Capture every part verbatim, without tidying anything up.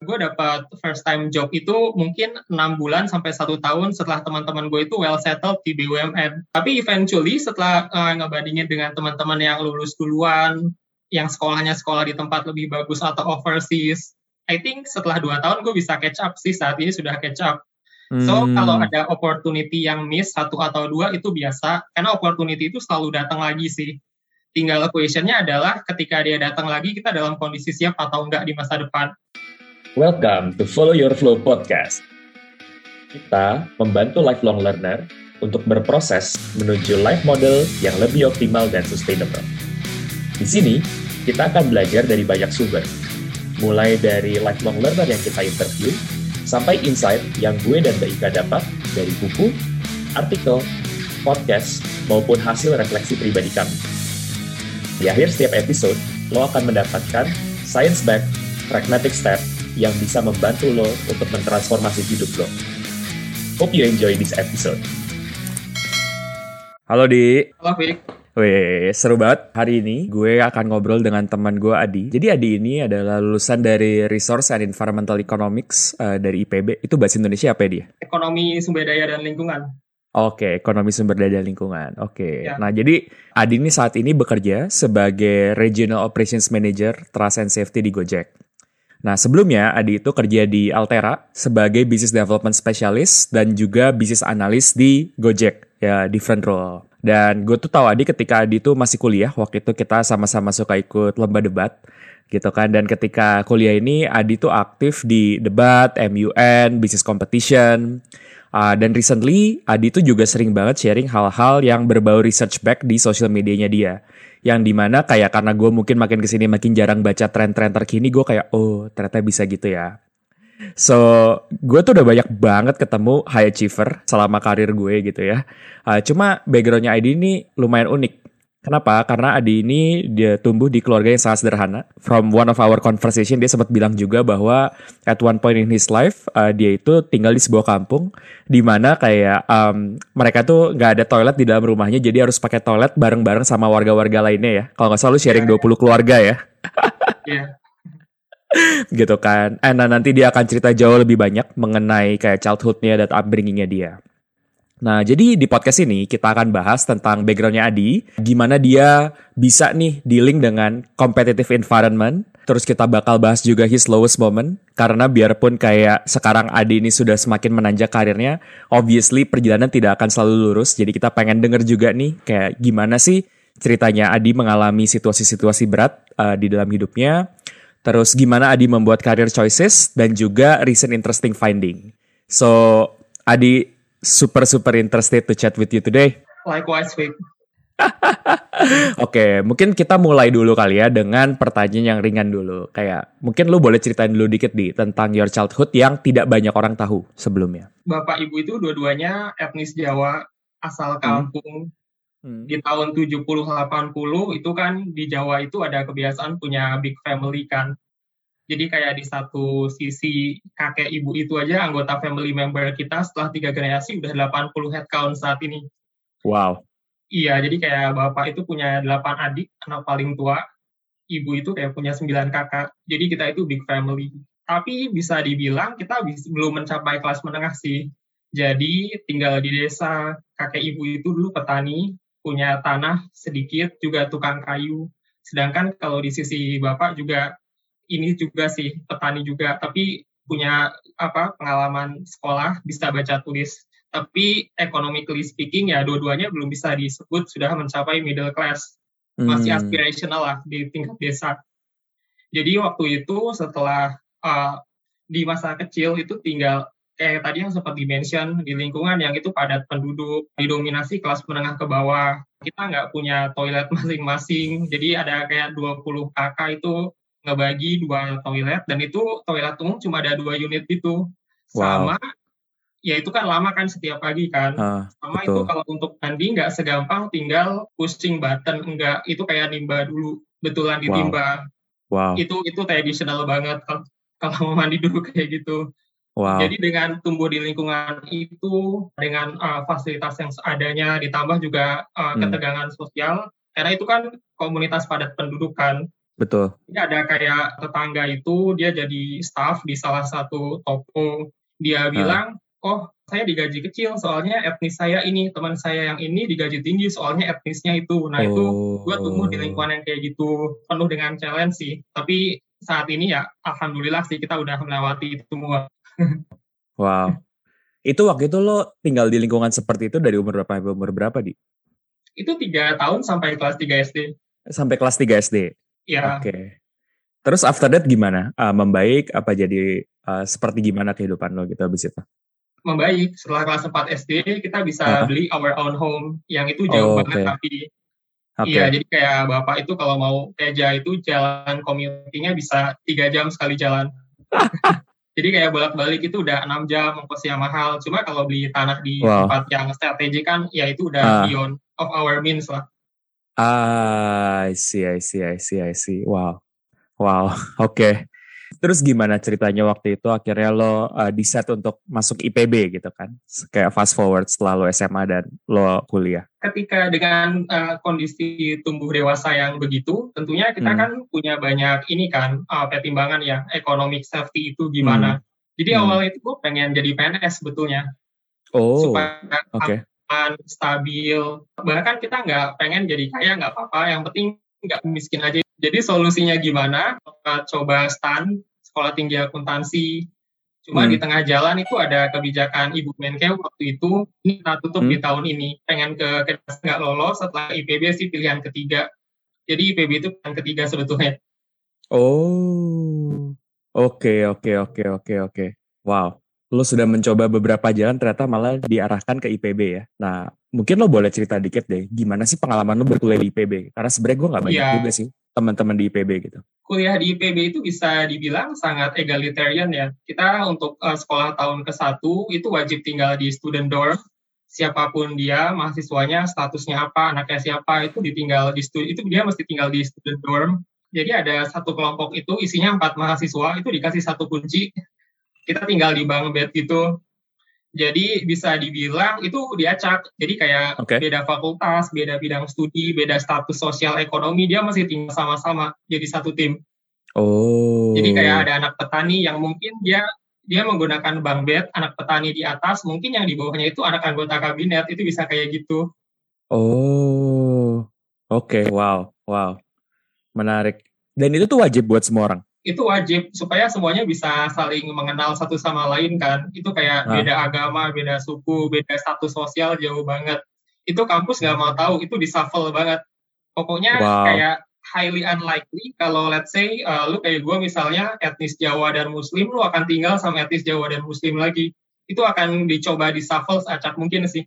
gue dapat first time job itu mungkin enam bulan sampai satu tahun setelah teman-teman gue itu well settled di B U M N. Tapi eventually setelah uh, ngebandingin dengan teman-teman yang lulus duluan, yang sekolahnya sekolah di tempat lebih bagus atau overseas, I think setelah dua tahun gue bisa catch up sih, saat ini sudah catch up. So hmm. kalau ada opportunity yang miss satu atau dua itu biasa, karena opportunity itu selalu datang lagi sih. Tinggal questionnya adalah ketika dia datang lagi, kita dalam kondisi siap atau enggak di masa depan. Welcome to Follow Your Flow Podcast. Kita membantu lifelong learner untuk berproses menuju life model yang lebih optimal dan sustainable. Di sini, kita akan belajar dari banyak sumber, mulai dari lifelong learner yang kita interview, sampai insight yang gue dan Mbak Ika dapat dari buku, artikel, podcast, maupun hasil refleksi pribadi kami. Di akhir setiap episode, lo akan mendapatkan science-backed, pragmatic step yang bisa membantu lo untuk mentransformasi hidup lo. Hope you enjoy this episode. Halo Di. Halo Fik. Wih, seru banget. Hari ini gue akan ngobrol dengan teman gue Adi. Jadi Adi ini adalah lulusan dari Resource and Environmental Economics uh, dari I P B. Itu bahasa Indonesia apa ya dia? Ekonomi sumber daya dan lingkungan. Oke, ekonomi sumber daya dan lingkungan. Oke. Ya. Nah, jadi Adi ini saat ini bekerja sebagai Regional Operations Manager Trust and Safety di Gojek. Nah, sebelumnya Adi itu kerja di Altera sebagai Business Development Specialist dan juga Business Analyst di Gojek, ya different role. Dan gue tuh tahu Adi ketika Adi tuh masih kuliah, waktu itu kita sama-sama suka ikut lomba debat, gitu kan. Dan ketika kuliah ini Adi tuh aktif di debat, M U N, business competition. Uh, dan recently Adi tuh juga sering banget sharing hal-hal yang berbau research back di social medianya dia. Yang dimana kayak karena gue mungkin makin kesini makin jarang baca tren-tren terkini, gue kayak oh ternyata bisa gitu ya. So gue tuh udah banyak banget ketemu high achiever selama karir gue gitu ya. Uh, cuma backgroundnya Adi ini lumayan unik. Kenapa? Karena Adi ini dia tumbuh di keluarga yang sangat sederhana. From one of our conversation dia sempat bilang juga bahwa at one point in his life uh, dia itu tinggal di sebuah kampung di mana kayak um, mereka tuh nggak ada toilet di dalam rumahnya, jadi harus pakai toilet bareng-bareng sama warga-warga lainnya ya. Kalau nggak salah lu sharing dua puluh keluarga ya. Iya. Gitu kan. And nah, nanti dia akan cerita jauh lebih banyak mengenai kayak childhood-nya dan upbringing-nya dia. Nah, jadi di podcast ini kita akan bahas tentang background-nya Adi, gimana dia bisa nih dealing dengan competitive environment. Terus kita bakal bahas juga his lowest moment, karena biarpun kayak sekarang Adi ini sudah semakin menanjak karirnya, obviously perjalanan tidak akan selalu lurus. Jadi kita pengen denger juga nih kayak gimana sih ceritanya Adi mengalami situasi-situasi berat uh, di dalam hidupnya. Terus gimana Adi membuat career choices dan juga recent interesting finding. So, Adi super super interested to chat with you today. Likewise, Vic. Oke, mungkin kita mulai dulu kali ya dengan pertanyaan yang ringan dulu. Kayak mungkin lu boleh ceritain dulu dikit di tentang your childhood yang tidak banyak orang tahu sebelumnya. Bapak ibu itu dua-duanya etnis Jawa, asal kampung. Hmm. Di tahun tujuh puluh delapan puluh itu kan di Jawa itu ada kebiasaan punya big family kan. Jadi kayak di satu sisi kakek ibu itu aja anggota family member kita setelah tiga generasi udah delapan puluh head count saat ini. Wow. Iya, jadi kayak bapak itu punya delapan adik, anak paling tua. Ibu itu kayak punya sembilan kakak. Jadi kita itu big family. Tapi bisa dibilang kita belum mencapai kelas menengah sih. Jadi tinggal di desa, kakek ibu itu dulu petani, punya tanah sedikit, juga tukang kayu. Sedangkan kalau di sisi bapak juga ini juga sih petani juga, tapi punya apa pengalaman sekolah, bisa baca tulis. Tapi economically speaking ya dua-duanya belum bisa disebut sudah mencapai middle class, masih hmm. aspirational lah di tingkat desa. Jadi waktu itu setelah uh, di masa kecil itu tinggal kayak tadi yang sempat di-mention di lingkungan yang itu padat penduduk, didominasi kelas menengah ke bawah. Kita nggak punya toilet masing-masing, jadi ada kayak dua puluh kakak itu ngebagi dua toilet, dan itu toilet umum cuma ada dua unit itu. Sama, wow. Ya itu kan lama kan setiap pagi kan. Uh, Sama betul. Itu kalau untuk mandi nggak segampang tinggal pushing button, enggak. Itu kayak nimba dulu, betulan ditimba. Wow. Wow. Itu itu tradisional banget kalau, kalau mau mandi dulu kayak gitu. Wow. Jadi dengan tumbuh di lingkungan itu, dengan uh, fasilitas yang seadanya, ditambah juga uh, hmm. ketegangan sosial, karena itu kan komunitas padat penduduk kan. betul. Ini ada kayak tetangga itu, dia jadi staff di salah satu toko. Dia bilang, oh saya digaji kecil soalnya etnis saya ini, teman saya yang ini digaji tinggi soalnya etnisnya itu. Nah itu gue tumbuh di lingkungan yang kayak gitu, penuh dengan challenge sih. Tapi saat ini ya alhamdulillah sih kita udah melewati itu semua. Wow. Itu waktu itu lo tinggal di lingkungan seperti itu dari umur berapa sampai umur berapa, Di? Itu tiga tahun sampai kelas tiga S D. Sampai kelas tiga S D? Ya. Oke. Okay. Terus after that gimana? Uh, membaik apa jadi uh, seperti gimana kehidupan lo gitu abis itu? Membaik. Setelah kelas empat S D kita bisa uh-huh. beli our own home. Yang itu oh, jauh banget okay. tapi okay. iya jadi kayak bapak itu kalau mau kerja itu jalan commuting-nya bisa tiga jam sekali jalan. Jadi kayak bolak-balik itu udah enam jam, ongkosnya mahal. Cuma kalau beli tanah di wow. tempat yang strategik kan, ya itu udah uh. beyond of our means lah. Ah, I see, I see, I see, I see. Wow, wow, oke. Okay. Terus gimana ceritanya waktu itu akhirnya lo uh, decide untuk masuk I P B gitu kan? Kayak fast forward setelah lo S M A dan lo kuliah. Ketika dengan uh, kondisi tumbuh dewasa yang begitu, tentunya kita hmm. kan punya banyak ini kan, uh, pertimbangan ya, economic safety itu gimana. Hmm. Jadi hmm. awalnya itu gue pengen jadi P N S sebetulnya. Oh, supaya okay. aman, stabil. Bahkan kita nggak pengen jadi kaya, nggak apa-apa. Yang penting nggak miskin aja. Jadi solusinya gimana? Coba stan, sekolah tinggi akuntansi. Cuma hmm. di tengah jalan itu ada kebijakan Ibu Menkeu waktu itu, ini kita tutup hmm. di tahun ini. Pengen ke Kedas nggak lolos, setelah I P B sih pilihan ketiga. Jadi I P B itu pilihan ketiga sebetulnya. Oh, oke, oke, oke, oke, oke. Wow. Lo sudah mencoba beberapa jalan, ternyata malah diarahkan ke I P B ya. Nah, mungkin lo boleh cerita dikit deh, gimana sih pengalaman lo berkuliah di I P B? Karena sebenarnya gue gak banyak yeah. juga sih teman-teman di I P B gitu. Kuliah di I P B itu bisa dibilang sangat egalitarian ya. Kita untuk uh, sekolah tahun ke satu itu wajib tinggal di student dorm. Siapapun dia, mahasiswanya, statusnya apa, anaknya siapa, itu ditinggal di studi- itu dia mesti tinggal di student dorm. Jadi ada satu kelompok itu isinya empat mahasiswa, itu dikasih satu kunci. Kita tinggal di bunk bed gitu. Jadi bisa dibilang itu diacak. Jadi kayak okay. beda fakultas, beda bidang studi, beda status sosial ekonomi, dia masih tinggal sama-sama jadi satu tim. Oh. Jadi kayak ada anak petani yang mungkin dia dia menggunakan bunk bed, anak petani di atas, mungkin yang di bawahnya itu anak anggota kabinet, itu bisa kayak gitu. Oh. Oke, okay. wow, wow. Menarik. Dan itu tuh wajib buat semua orang? Itu wajib supaya semuanya bisa saling mengenal satu sama lain kan. Itu kayak ah. beda agama, beda suku, beda status sosial jauh banget. Itu kampus nggak mau tahu, itu di-shuffle banget. Pokoknya wow. kayak highly unlikely kalau let's say uh, lu kayak gue misalnya etnis Jawa dan Muslim, lu akan tinggal sama etnis Jawa dan Muslim lagi. Itu akan dicoba di-shuffle seacak mungkin sih.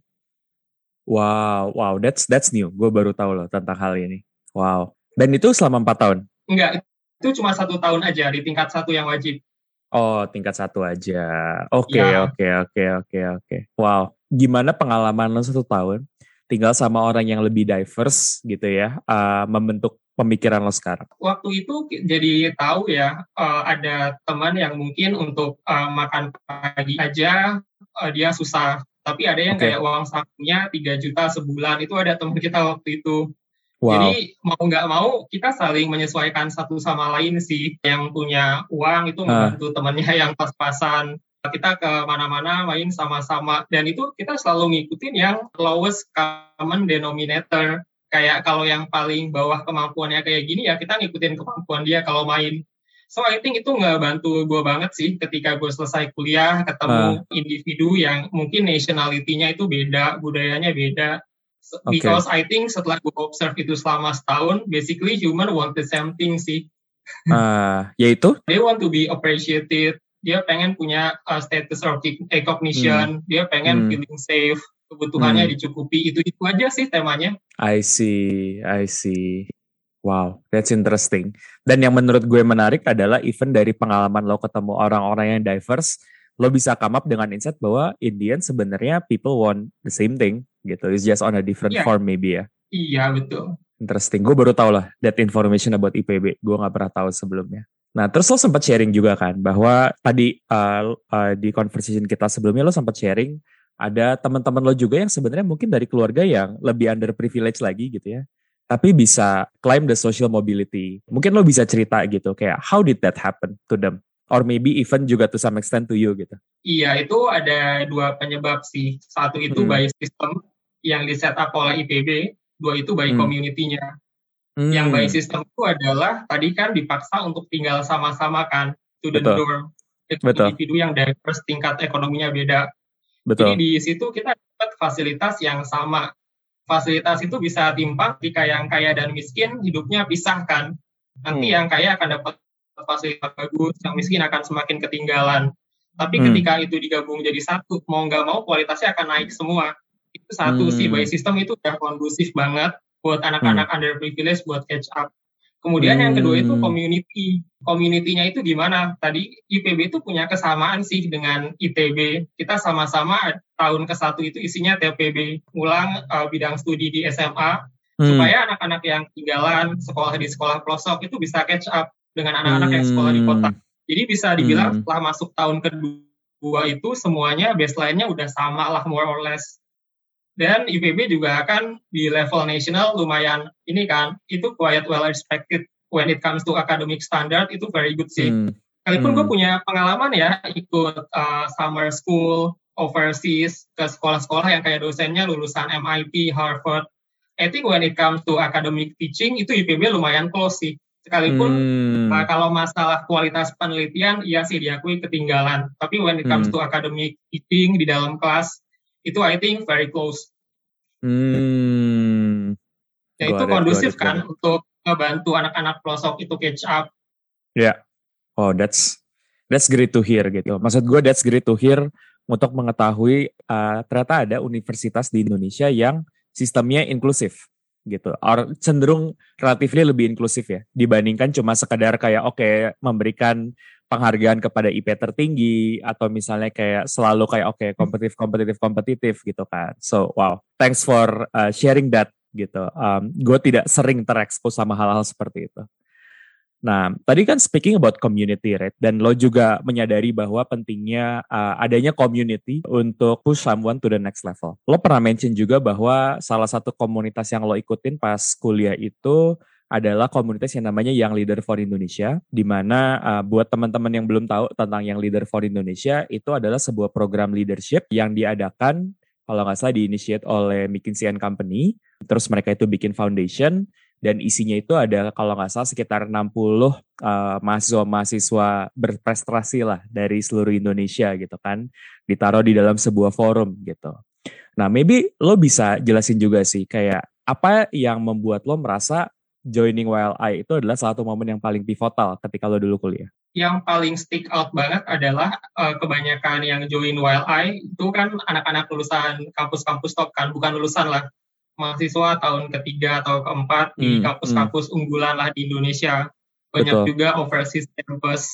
Wow, wow, that's that's new. Gue baru tahu loh tentang hal ini. Wow. Dan itu selama empat tahun? Enggak, itu cuma satu tahun aja di tingkat satu yang wajib. Oh, tingkat satu aja. Oke, okay, ya. oke, okay, oke, okay, oke, okay, oke. Okay. Wow, gimana pengalaman lo satu tahun tinggal sama orang yang lebih diverse gitu ya, uh, membentuk pemikiran lo sekarang? Waktu itu jadi tahu ya, uh, ada teman yang mungkin untuk uh, makan pagi aja uh, dia susah. Tapi ada yang okay. kayak uang sakunya tiga juta sebulan, itu ada teman kita waktu itu. Wow. Jadi mau nggak mau kita saling menyesuaikan satu sama lain sih. Yang punya uang itu membantu uh. temannya yang pas-pasan. Kita ke mana-mana main sama-sama. Dan itu kita selalu ngikutin yang lowest common denominator. Kayak kalau yang paling bawah kemampuannya kayak gini ya kita ngikutin kemampuan dia kalau main. So I think itu ngebantu gue banget sih ketika gue selesai kuliah ketemu uh. individu yang mungkin nationality-nya itu beda, budayanya beda. Because okay. I think setelah gue observe itu selama setahun, basically human want the same thing sih. Uh, yaitu? They want to be appreciated. Dia pengen punya uh, status of recognition. Hmm. Dia pengen hmm. feeling safe. Kebutuhannya hmm. dicukupi. Itu-itu aja sih temanya. I see, I see. Wow, that's interesting. Dan yang menurut gue menarik adalah even dari pengalaman lo ketemu orang-orang yang diverse, lo bisa come up dengan insight bahwa in the end sebenarnya people want the same thing gitu. It's just on a different yeah. form maybe ya. Iya, betul. Interesting. Gue baru tahu lah that information about I P B. Gue gak pernah tahu sebelumnya. Nah, terus lo sempat sharing juga kan bahwa tadi uh, uh, di conversation kita sebelumnya lo sempat sharing ada teman-teman lo juga yang sebenarnya mungkin dari keluarga yang lebih underprivileged lagi gitu ya. tapi bisa climb the social mobility. Mungkin lo bisa cerita gitu, kayak how did that happen to them? Or maybe even juga to some extent to you gitu. Iya, itu ada dua penyebab sih. Satu itu Hmm. by system yang di set up oleh I P B, dua itu by Hmm. community-nya. Hmm. Yang by system itu adalah tadi kan dipaksa untuk tinggal sama-sama kan, student Betul. dorm, Betul. individu yang diverse, tingkat ekonominya beda. Betul. Jadi di situ kita dapat fasilitas yang sama. Fasilitas itu bisa timpang ketika yang kaya dan miskin hidupnya pisah kan. Nanti Hmm. yang kaya akan dapat fasilitas bagus, yang miskin akan semakin ketinggalan. Tapi Hmm. ketika itu digabung jadi satu, mau nggak mau kualitasnya akan naik semua. Itu satu Hmm. sih, by system itu udah kondusif banget buat anak-anak Hmm. underprivileged buat catch up. Kemudian yang kedua itu Hmm. community. Community-nya itu gimana? Tadi I P B itu punya kesamaan sih dengan I T B. Kita sama-sama tahun ke satu itu isinya T P B, ulang uh, bidang studi di S M A, Hmm. supaya anak-anak yang ketinggalan sekolah di sekolah pelosok itu bisa catch up dengan anak-anak yang sekolah di kota. Jadi bisa dibilang Hmm. setelah masuk tahun kedua itu semuanya baseline-nya udah sama lah more or less. Dan I P B juga kan di level nasional lumayan ini kan, itu quite well respected when it comes to academic standard, itu very good sih. Hmm. Kalaupun Hmm. gue punya pengalaman ya ikut uh, summer school overseas ke sekolah-sekolah yang kayak dosennya lulusan M I T, Harvard. I think when it comes to academic teaching itu I P B lumayan close sih. Sekalipun Hmm. uh, kalau masalah kualitas penelitian iya sih diakui ketinggalan. Tapi when it comes Hmm. to academic teaching di dalam kelas itu I think very close. Hmm. Ya Got itu it, kondusif got it, kan got it. untuk ngebantu anak-anak pelosok itu catch up. Ya. Yeah. Oh, that's that's great to hear gitu. Maksud gue that's great to hear untuk mengetahui uh, ternyata ada universitas di Indonesia yang sistemnya inklusif gitu. Or cenderung relatifnya lebih inklusif ya dibandingkan cuma sekedar kayak oke okay, memberikan penghargaan kepada I P tertinggi atau misalnya kayak selalu kayak oke okay, kompetitif kompetitif kompetitif gitu kan. So wow, thanks for uh, sharing that gitu. Um, gue tidak sering terekspos sama hal-hal seperti itu. Nah, tadi kan speaking about community, right? Dan lo juga menyadari bahwa pentingnya uh, adanya community untuk push someone to the next level. Lo pernah mention juga bahwa salah satu komunitas yang lo ikutin pas kuliah itu adalah komunitas yang namanya Young Leader for Indonesia, di mana uh, buat teman-teman yang belum tahu tentang Young Leader for Indonesia, itu adalah sebuah program leadership yang diadakan, kalau nggak salah di-initiate oleh McKinsey and Company, terus mereka itu bikin foundation, dan isinya itu ada kalau nggak salah sekitar enam puluh uh, mahasiswa-mahasiswa berprestasi lah dari seluruh Indonesia gitu kan, ditaruh di dalam sebuah forum gitu. Nah, maybe lo bisa jelasin juga sih kayak apa yang membuat lo merasa joining Y L I itu adalah salah satu momen yang paling pivotal ketika lo dulu kuliah. Yang paling stick out banget adalah uh, kebanyakan yang join Y L I itu kan anak-anak lulusan kampus-kampus top kan, bukan lulusan lah. Mahasiswa tahun ketiga atau keempat di Hmm, kampus-kampus hmm. unggulan lah di Indonesia. Banyak Betul. juga overseas campus.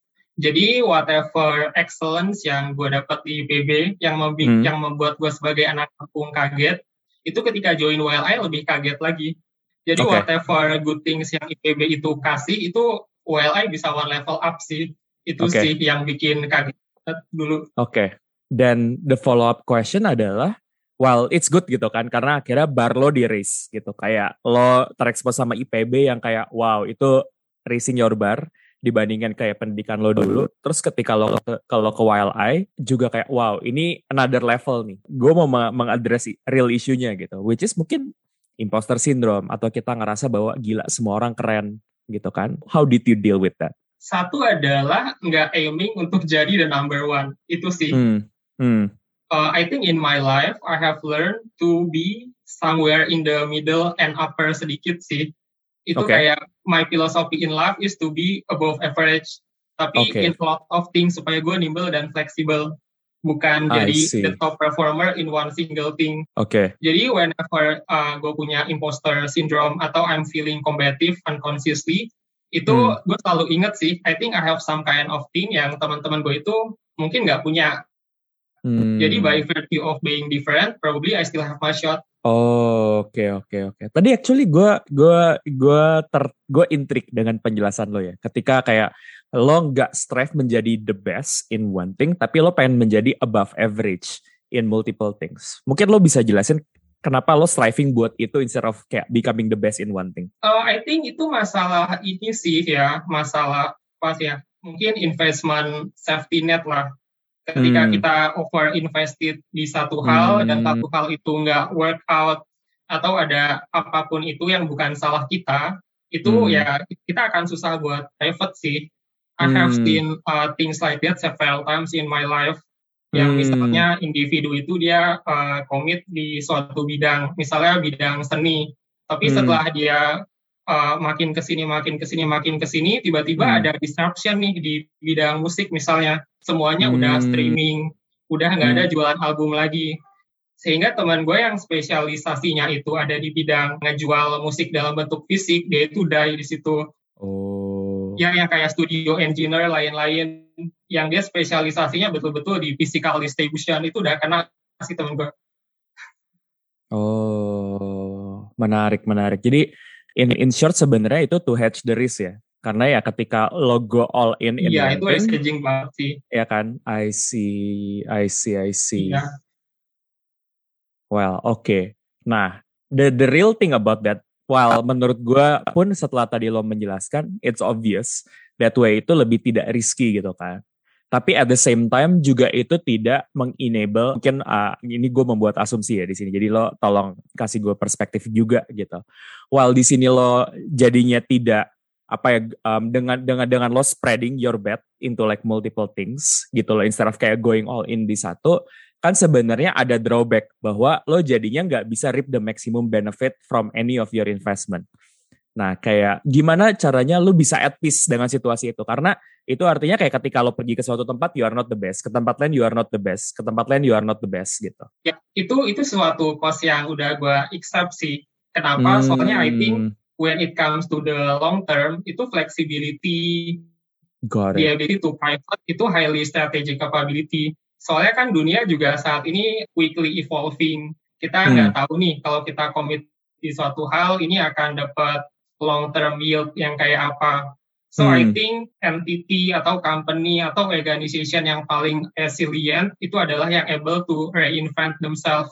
Jadi whatever excellence yang gue dapat di I P B, yang, membi- Hmm. yang membuat gue sebagai anak kampung kaget, itu ketika join Y L I lebih kaget lagi. Jadi Okay. whatever good things yang I P B itu kasih, itu Y L I bisa one level up sih. Itu Okay. sih yang bikin kaget dulu. Oke. Okay. Dan the follow up question adalah, well, it's good gitu kan, karena akhirnya bar lo di race gitu. Kayak lo terekspos sama I P B yang kayak, wow, itu racing your bar dibandingkan kayak pendidikan lo dulu. Terus ketika lo ke, kalau ke Y L I, juga kayak, wow, ini another level nih. Gue mau mengadres real issue-nya gitu. Which is mungkin imposter syndrome, atau kita ngerasa bahwa gila semua orang keren gitu kan. How did you deal with that? Satu adalah nggak aiming untuk jadi the number one. Itu sih. Hmm. Hmm. Uh, I think in my life, I have learned to be somewhere in the middle and upper sedikit sih. Itu Okay. kayak my philosophy in life is to be above average. Tapi Okay. in a lot of things supaya gue nimble dan fleksibel. Bukan I jadi see. the top performer in one single thing. Oke. Jadi whenever uh, gue punya imposter syndrome atau I'm feeling combative unconsciously, itu Hmm. gue selalu inget sih, I think I have some kind of thing yang teman-teman gue itu mungkin nggak punya. Hmm. Jadi by virtue of being different, probably I still have my shot. Oh, oke oke oke. Tadi actually gue gue gue ter gue intrik dengan penjelasan lo ya. Ketika kayak lo nggak strive menjadi the best in one thing, tapi lo pengen menjadi above average in multiple things. Mungkin lo bisa jelasin Kenapa lo striving buat itu instead of kayak becoming the best in one thing? Uh, I think itu masalah ini sih ya, masalah pas ya, mungkin investment safety net lah. Ketika hmm. kita over invested di satu hal hmm. dan satu hal itu nggak work out atau ada apapun itu yang bukan salah kita, itu hmm. ya kita akan susah buat pivot sih. I have hmm. seen uh, things like that several times in my life. Yang hmm. misalnya individu itu dia uh, komit di suatu bidang, misalnya bidang seni, tapi hmm. setelah dia uh, makin kesini, makin kesini, makin kesini, tiba-tiba hmm. ada disruption nih di bidang musik misalnya, semuanya hmm. udah streaming, udah nggak hmm. ada jualan album lagi, sehingga teman gue yang spesialisasinya itu ada di bidang ngejual musik dalam bentuk fisik, dia itu die di situ. Oh. Ya, yang kayak studio engineer lain-lain, yang dia spesialisasinya betul-betul di physical distribution, itu udah kena sih temen gue. Oh, menarik, menarik. Jadi in, in short sebenarnya itu to hedge the risk ya. Karena ya ketika lo go all in in Iya, one itu thing, hedging banget sih. Ya kan, I see, I see, I see. Iya. Well, oke. Okay. Nah, the the real thing about that, while menurut gue pun setelah tadi lo menjelaskan, it's obvious that way itu lebih tidak risky gitu kan. Tapi at the same time juga itu tidak mengenable, mungkin uh, ini gue membuat asumsi ya di sini. Jadi lo tolong kasih gue perspektif juga gitu. While di sini lo jadinya tidak apa ya um, dengan dengan dengan lo spreading your bet into like multiple things gitu loh, instead of kayak going all in di satu. Kan sebenarnya ada drawback bahwa lo jadinya nggak bisa reap the maximum benefit from any of your investment. Nah, kayak gimana caranya lo bisa at peace dengan situasi itu? Karena itu artinya kayak ketika lo pergi ke suatu tempat, you are not the best. Ke tempat lain, you are not the best. Ke tempat lain, you are not the best gitu. Ya, itu itu suatu cost yang udah gue accept sih. Kenapa? Hmm. Soalnya I think when it comes to the long term, itu flexibility, the ability to pivot, itu highly strategic capability. Soalnya kan dunia juga saat ini quickly evolving. Kita nggak hmm. tahu nih kalau kita commit di suatu hal ini akan dapat long term yield yang kayak apa. So hmm. I think entity atau company atau organization yang paling resilient itu adalah yang able to reinvent themselves.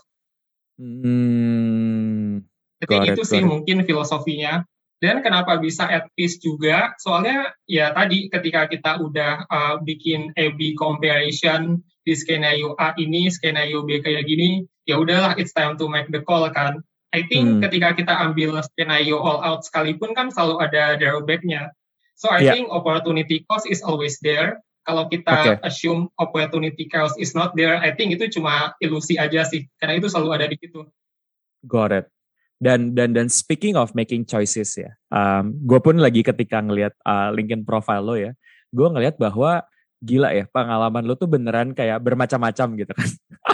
Hmm. Jadi itu it, sih it. mungkin filosofinya. Dan kenapa bisa at peace juga? Soalnya ya tadi ketika kita udah uh, bikin A B comparison di skenario A ini, skenario B kayak gini, ya udahlah it's time to make the call kan. I think hmm. ketika kita ambil skenario all out sekalipun kan selalu ada drawback-nya. So I yeah. think opportunity cost is always there. Kalau kita okay. assume opportunity cost is not there, I think itu cuma ilusi aja sih. Karena itu selalu ada di situ. Got it. Dan dan dan speaking of making choices ya, um, gue pun lagi ketika ngelihat uh, LinkedIn profile lo ya, gue ngelihat bahwa gila ya pengalaman lo tuh beneran kayak bermacam-macam gitu kan.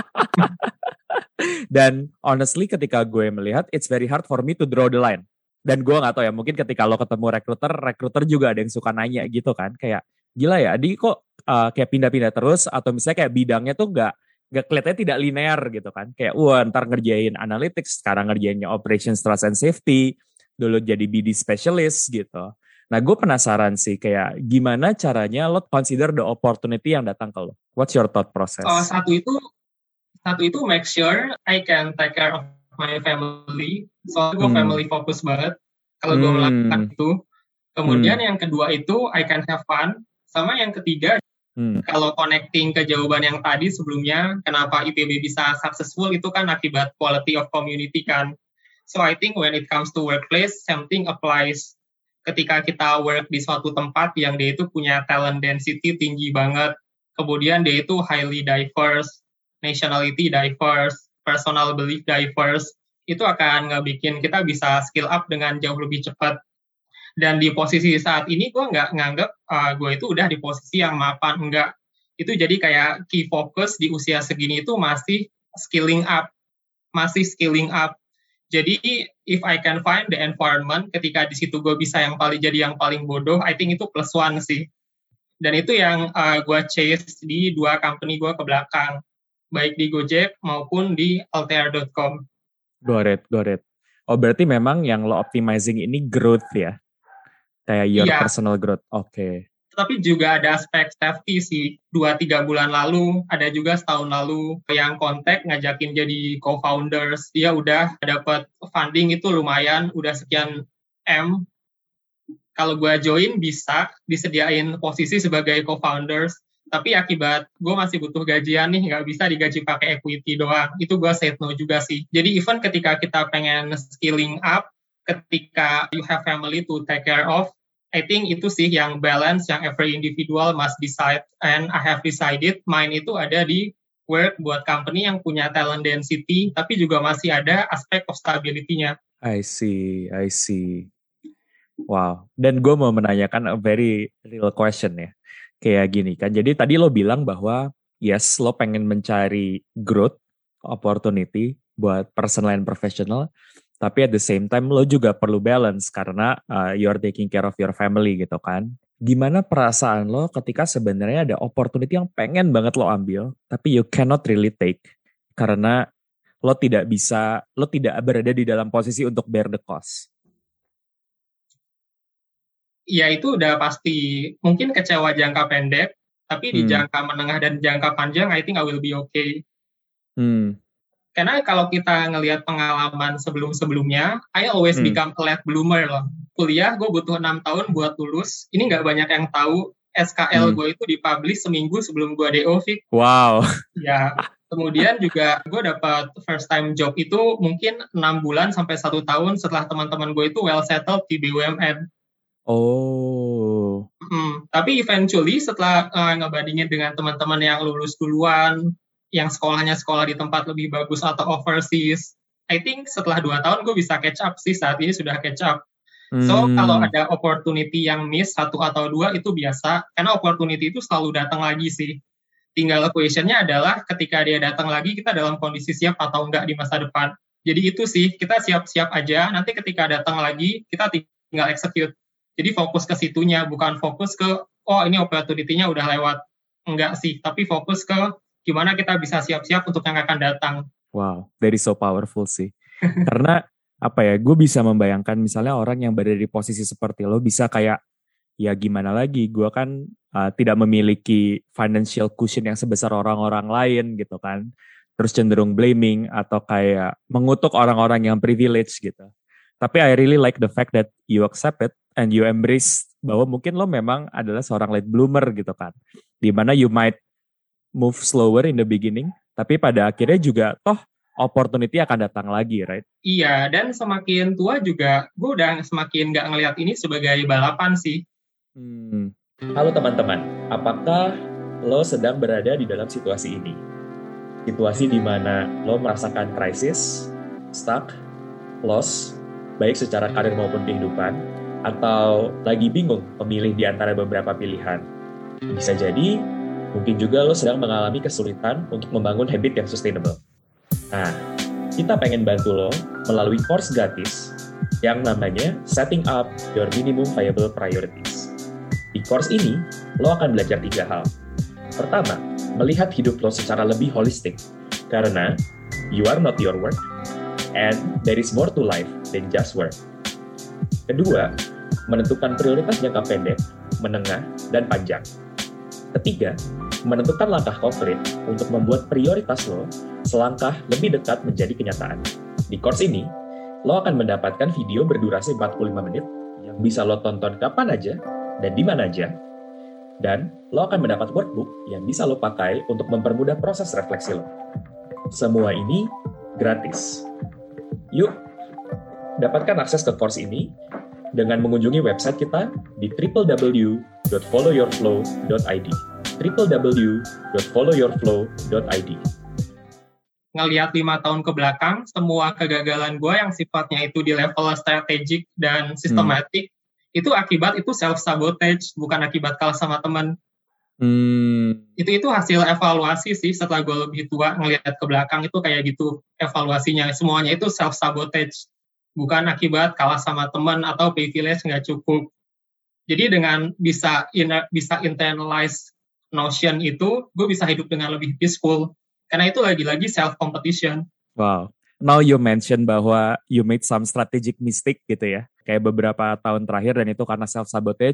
Dan honestly ketika gue melihat, it's very hard for me to draw the line. Dan gue nggak tahu ya, mungkin ketika lo ketemu rekruter, rekruter juga ada yang suka nanya gitu kan, kayak gila ya, Adi kok uh, kayak pindah-pindah terus, atau misalnya kayak bidangnya tuh nggak Gak kelihatannya tidak linear gitu kan. Kayak wah ntar ngerjain analytics, sekarang ngerjainnya operations trust and safety, dulu jadi B D specialist gitu. Nah gue penasaran sih kayak gimana caranya lo consider the opportunity yang datang ke lo. What's your thought process? Oh, satu itu satu itu make sure I can take care of my family. Soalnya gue hmm. family focus banget kalau gue hmm. melakukan itu. Kemudian hmm. yang kedua itu I can have fun. Sama yang ketiga, Hmm. kalau connecting ke jawaban yang tadi sebelumnya, kenapa I P B bisa successful itu kan akibat quality of community kan. So I think when it comes to workplace, something applies. Ketika kita work di suatu tempat yang dia itu punya talent density tinggi banget, kemudian dia itu highly diverse, nationality diverse, personal belief diverse, itu akan ngebikin kita bisa skill up dengan jauh lebih cepat. Dan di posisi saat ini gue nggak nganggep uh, gue itu udah di posisi yang mapan, enggak. Itu jadi kayak key focus di usia segini itu masih skilling up, masih skilling up. Jadi if I can find the environment ketika di situ gue bisa yang paling jadi yang paling bodoh, I think itu plus one sih. Dan itu yang uh, gue chase di dua company gue ke belakang, baik di Gojek maupun di Altea dot com. Got it, got it. Oh berarti memang yang lo optimizing ini growth ya? Kayak your yeah. personal growth, oke. Okay. tapi juga ada aspek safety sih. Dua tiga bulan lalu, ada juga setahun lalu yang kontak ngajakin jadi co-founders. Dia udah dapat funding itu lumayan, udah sekian M. Kalau gue join bisa disediain posisi sebagai co-founders. Tapi akibat gue masih butuh gajian nih, nggak bisa digaji pakai equity doang. Itu gue said no juga sih. Jadi even ketika kita pengen scaling up, ketika you have family to take care of, I think itu sih yang balance, yang every individual must decide. And I have decided, mine itu ada di work buat company yang punya talent density, tapi juga masih ada aspek of stability-nya. I see, I see. Wow. Dan gue mau menanyakan a very real question ya. Kayak gini kan, jadi tadi lo bilang bahwa yes, lo pengen mencari growth opportunity buat personal and professional, tapi at the same time lo juga perlu balance karena uh, you're taking care of your family gitu kan. Gimana perasaan lo ketika sebenarnya ada opportunity yang pengen banget lo ambil, tapi you cannot really take karena lo tidak bisa, lo tidak berada di dalam posisi untuk bear the cost? Ya itu udah pasti mungkin kecewa jangka pendek, tapi di Hmm. jangka menengah dan jangka panjang, I think I will be okay. Hmm. Karena kalau kita ngelihat pengalaman sebelum-sebelumnya, I always Hmm. become a late bloomer loh. Kuliah gue butuh enam tahun buat lulus, ini nggak banyak yang tahu, S K L Hmm. gue itu dipublish seminggu sebelum gue D O, Fik. Wow. Ya, kemudian juga gue dapat first time job itu mungkin enam bulan sampai satu tahun setelah teman-teman gue itu well settled di B U M N. Oh. Hmm, tapi eventually setelah uh, ngebandingin dengan teman-teman yang lulus duluan, yang sekolahnya sekolah di tempat lebih bagus atau overseas, I think setelah dua tahun gue bisa catch up sih, saat ini sudah catch up. So Hmm. kalau ada opportunity yang miss satu atau dua itu biasa, karena opportunity itu selalu datang lagi sih. Tinggal questionnya adalah ketika dia datang lagi kita dalam kondisi siap atau enggak di masa depan. Jadi itu sih, kita siap-siap aja, nanti ketika datang lagi kita tinggal execute. Jadi fokus ke situnya, bukan fokus ke, oh ini opportunity-nya udah lewat. Enggak sih, tapi fokus ke gimana kita bisa siap-siap untuk yang akan datang. Wow, that is so powerful sih. Karena apa ya, gue bisa membayangkan misalnya orang yang berada di posisi seperti lo bisa kayak, ya gimana lagi, gue kan uh, tidak memiliki financial cushion yang sebesar orang-orang lain gitu kan. Terus cenderung blaming atau kayak mengutuk orang-orang yang privilege gitu. Tapi I really like the fact that you accept it and you embrace bahwa mungkin lo memang adalah seorang late bloomer gitu kan. Dimana you might move slower in the beginning, tapi pada akhirnya juga toh opportunity akan datang lagi, right? Iya, dan semakin tua juga gue udah semakin nggak ngelihat ini sebagai balapan sih. Hmm. Halo teman-teman, apakah lo sedang berada di dalam situasi ini? Situasi di mana lo merasakan krisis, stuck, loss, baik secara karir maupun kehidupan, atau lagi bingung memilih di antara beberapa pilihan. Bisa jadi, mungkin juga lo sedang mengalami kesulitan untuk membangun habit yang sustainable. Nah, kita pengen bantu lo melalui course gratis yang namanya Setting Up Your Minimum Viable Priorities. Di course ini, lo akan belajar tiga hal. Pertama, melihat hidup lo secara lebih holistik, karena you are not your work, and there is more to life than just work. Kedua, menentukan prioritas jangka pendek, menengah, dan panjang. Ketiga, menentukan langkah konkret untuk membuat prioritas lo selangkah lebih dekat menjadi kenyataan. Di course ini, lo akan mendapatkan video berdurasi empat puluh lima menit yang bisa lo tonton kapan aja dan di mana aja. Dan lo akan mendapat workbook yang bisa lo pakai untuk mempermudah proses refleksi lo. Semua ini gratis. Yuk, dapatkan akses ke course ini dengan mengunjungi website kita di w w w dot follow your flow dot i d w w w dot follow your flow dot i d. Ngelihat lima tahun ke belakang, semua kegagalan gue yang sifatnya itu di level strategik dan sistematik, hmm. itu akibat itu self-sabotage, bukan akibat kalah sama teman. Hmm. Itu itu hasil evaluasi sih, setelah gue lebih tua, ngelihat ke belakang itu kayak gitu evaluasinya. Semuanya itu self-sabotage, bukan akibat kalah sama teman atau privilege nggak cukup. Jadi dengan bisa in, bisa internalize notion itu, gue bisa hidup dengan lebih peaceful. Karena itu lagi-lagi self-competition. Wow. Now you mention bahwa you made some strategic mistake gitu ya. Kayak beberapa tahun terakhir dan itu karena self-sabotage.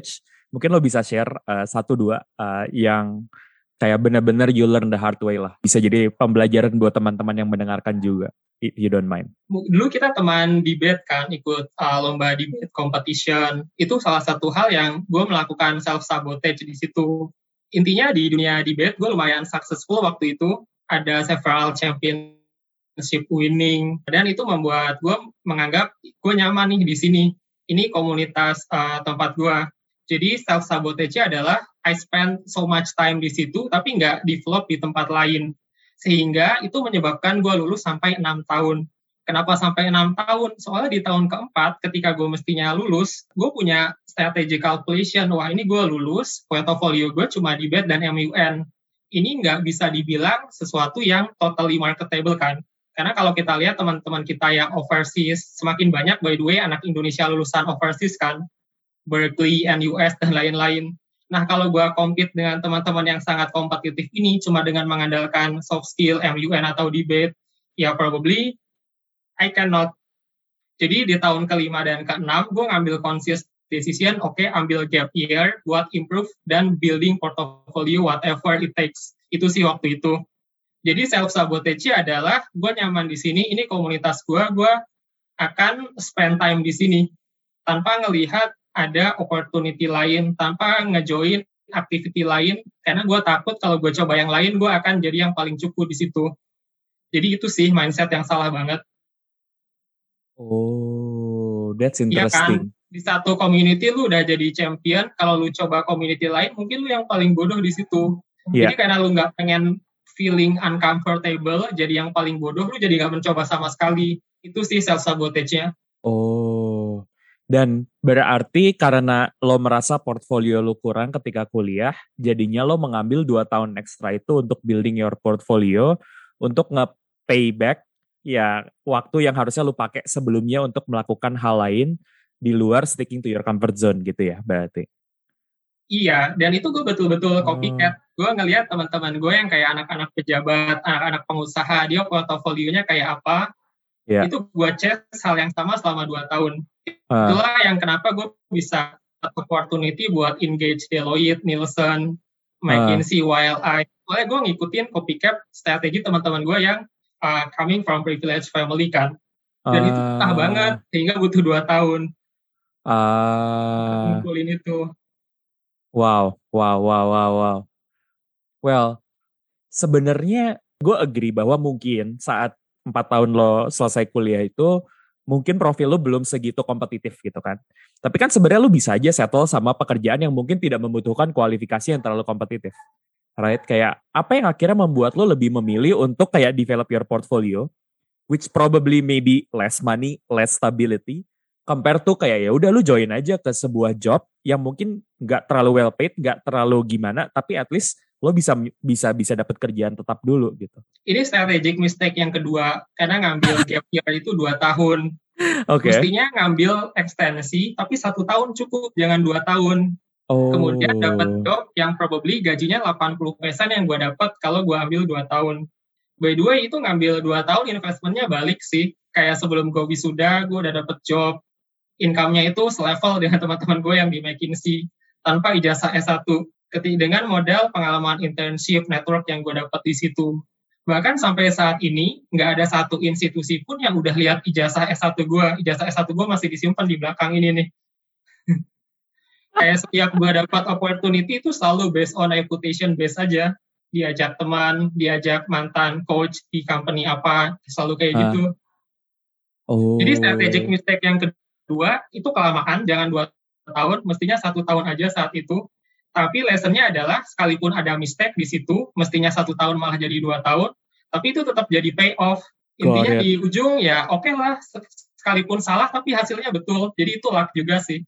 Mungkin lo bisa share uh, satu dua uh, yang kayak benar-benar you learn the hard way lah. Bisa jadi pembelajaran buat teman-teman yang mendengarkan juga, if you don't mind. Dulu kita teman debate kan, ikut uh, lomba debate competition. Itu salah satu hal yang gue melakukan self-sabotage di situ. Intinya di dunia debate gue lumayan successful waktu itu. Ada several championship winning. Dan itu membuat gue menganggap gue nyaman nih di sini. Ini komunitas uh, tempat gue. Jadi self-sabotage adalah I spend so much time di situ, tapi nggak develop di tempat lain. Sehingga itu menyebabkan gue lulus sampai enam tahun. Kenapa sampai enam tahun? Soalnya di tahun keempat, ketika gue mestinya lulus, gue punya strategic calculation. Wah, ini gue lulus, portfolio gue cuma debate dan M U N. Ini nggak bisa dibilang sesuatu yang totally marketable kan. Karena kalau kita lihat teman-teman kita yang overseas, semakin banyak, by the way, anak Indonesia lulusan overseas kan. Berkeley, N U S, dan lain-lain. Nah, kalau gue compete dengan teman-teman yang sangat kompetitif ini, cuma dengan mengandalkan soft skill, M U N, atau debate, ya probably I cannot. Jadi di tahun kelima dan keenam, gue ngambil conscious decision, oke, okay, ambil gap year buat improve dan building portfolio whatever it takes. Itu sih waktu itu. Jadi self-sabotage adalah, gue nyaman di sini, ini komunitas gue, gue akan spend time di sini. Tanpa ngelihat ada opportunity lain, tanpa ngejoin activity lain, karena gue takut kalau gue coba yang lain, gue akan jadi yang paling cukup di situ. Jadi itu sih mindset yang salah banget. Oh, that's interesting. Iya kan, di satu community lu udah jadi champion, kalau lu coba community lain, mungkin lu yang paling bodoh di situ. Yeah. Jadi karena lu nggak pengen feeling uncomfortable, jadi yang paling bodoh, lu jadi nggak mencoba sama sekali. Itu sih self-sabotage-nya. Oh, dan berarti karena lo merasa portfolio lo kurang ketika kuliah, jadinya lo mengambil dua tahun ekstra itu untuk building your portfolio, untuk nge-pay back ya waktu yang harusnya lo pakai sebelumnya untuk melakukan hal lain di luar sticking to your comfort zone gitu ya berarti. Iya, dan itu gue betul-betul copycat. Hmm. Gue ngelihat teman-teman gue yang kayak anak-anak pejabat, anak-anak pengusaha, dia portofolionya kayak apa, yeah. Itu gue cek hal yang sama selama dua tahun. Uh. Itulah yang kenapa gue bisa opportunity buat engage Deloitte, Nielsen, McKinsey, uh. Y L I. Soalnya gue ngikutin copycat strategi teman-teman gue yang uh, coming from privileged family kan. Dan uh. itu susah banget, sehingga butuh dua tahun. Uh. Ngumpulin itu. Wow, wow, wow, wow, wow. Well, sebenarnya gue agree bahwa mungkin saat empat tahun lo selesai kuliah itu, mungkin profil lo belum segitu kompetitif gitu kan. Tapi kan sebenarnya lo bisa aja settle sama pekerjaan yang mungkin tidak membutuhkan kualifikasi yang terlalu kompetitif. Right? Kayak apa yang akhirnya membuat lo lebih memilih untuk kayak develop your portfolio, which probably maybe less money, less stability, compare tuh kayak ya udah lu join aja ke sebuah job yang mungkin nggak terlalu well paid, nggak terlalu gimana, tapi at least lo bisa bisa bisa dapat kerjaan tetap dulu gitu. Ini strategic mistake yang kedua, karena ngambil gap year itu dua tahun. Okay. Mestinya ngambil ekstensi, tapi satu tahun cukup, jangan dua tahun. Oh. Kemudian dapat job yang probably gajinya delapan puluh persen yang gue dapat kalau gue ambil dua tahun. By the way, itu ngambil dua tahun investmentnya balik sih. Kayak sebelum gue wisuda, gue udah dapat job. Income-nya itu selevel dengan teman-teman gue yang di McKinsey tanpa ijazah S satu. Ketika dengan modal pengalaman internship network yang gue dapat di situ. Bahkan sampai saat ini, nggak ada satu institusi pun yang udah lihat ijazah S satu gue. Ijazah S satu gue masih disimpan di belakang ini nih. Kayak setiap gue dapat opportunity itu selalu based on reputation based aja. Diajak teman, diajak mantan coach di company apa, selalu kayak uh. gitu. Oh. Jadi strategic mistake yang kedua, itu kelamaan, jangan dua tahun, mestinya satu tahun aja saat itu. Tapi lesson-nya adalah, sekalipun ada mistake di situ, mestinya satu tahun malah jadi dua tahun, tapi itu tetap jadi pay off. Intinya di ujung, ya oke okay lah, sekalipun salah, tapi hasilnya betul. Jadi itu luck juga sih.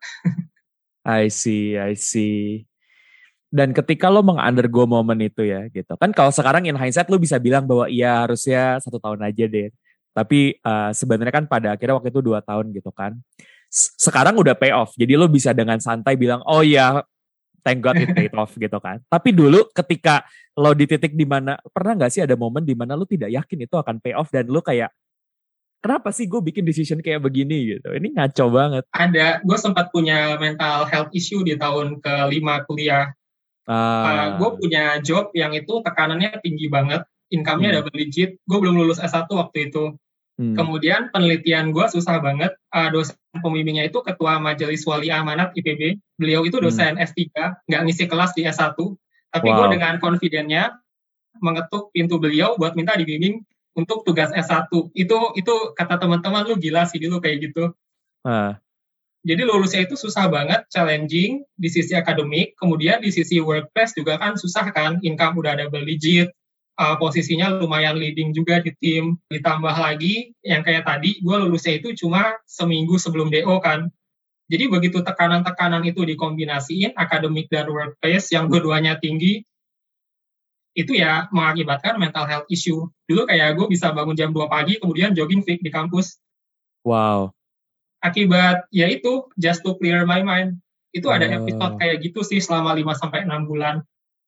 I see, I see. Dan ketika lo meng-undergo momen itu ya, gitu. Kan kalau sekarang in hindsight, lo bisa bilang bahwa iya harusnya satu tahun aja deh. Tapi uh, sebenarnya kan pada akhirnya waktu itu dua tahun gitu kan. Sekarang udah pay off. Jadi lo bisa dengan santai bilang, oh ya thank God it paid off gitu kan. Tapi dulu ketika lo di titik dimana, pernah gak sih ada momen dimana lo tidak yakin itu akan pay off dan lo kayak, kenapa sih gue bikin decision kayak begini gitu. Ini ngaco banget. Ada, gue sempat punya mental health issue di tahun kelima kuliah. Ah. Uh, gue punya job yang itu tekanannya tinggi banget, income-nya Hmm. double digit. Gue belum lulus S satu waktu itu. Hmm. Kemudian penelitian gue susah banget. Uh, dosen pembimbingnya itu ketua Majelis Wali Amanat I P B. Beliau itu dosen Hmm. S tiga, nggak ngisi kelas di S satu. Tapi Wow. gue dengan confident-nya mengetuk pintu beliau buat minta dibimbing untuk tugas S satu. Itu itu kata teman-teman, lu gila sih dulu kayak gitu. Ah. Jadi lulusnya itu susah banget, challenging di sisi akademik, kemudian di sisi workplace juga kan susah kan, income udah double digit, uh, posisinya lumayan leading juga di tim. Ditambah lagi yang kayak tadi, gue lulusnya itu cuma seminggu sebelum D O kan. Jadi begitu tekanan-tekanan itu dikombinasiin, akademik dan workplace yang dua-duanya tinggi, itu ya mengakibatkan mental health issue. Dulu kayak gue bisa bangun jam dua pagi, kemudian jogging fit di kampus. Wow. Akibat ya itu just to clear my mind. Itu ada Oh. episode kayak gitu sih selama lima sampai enam bulan.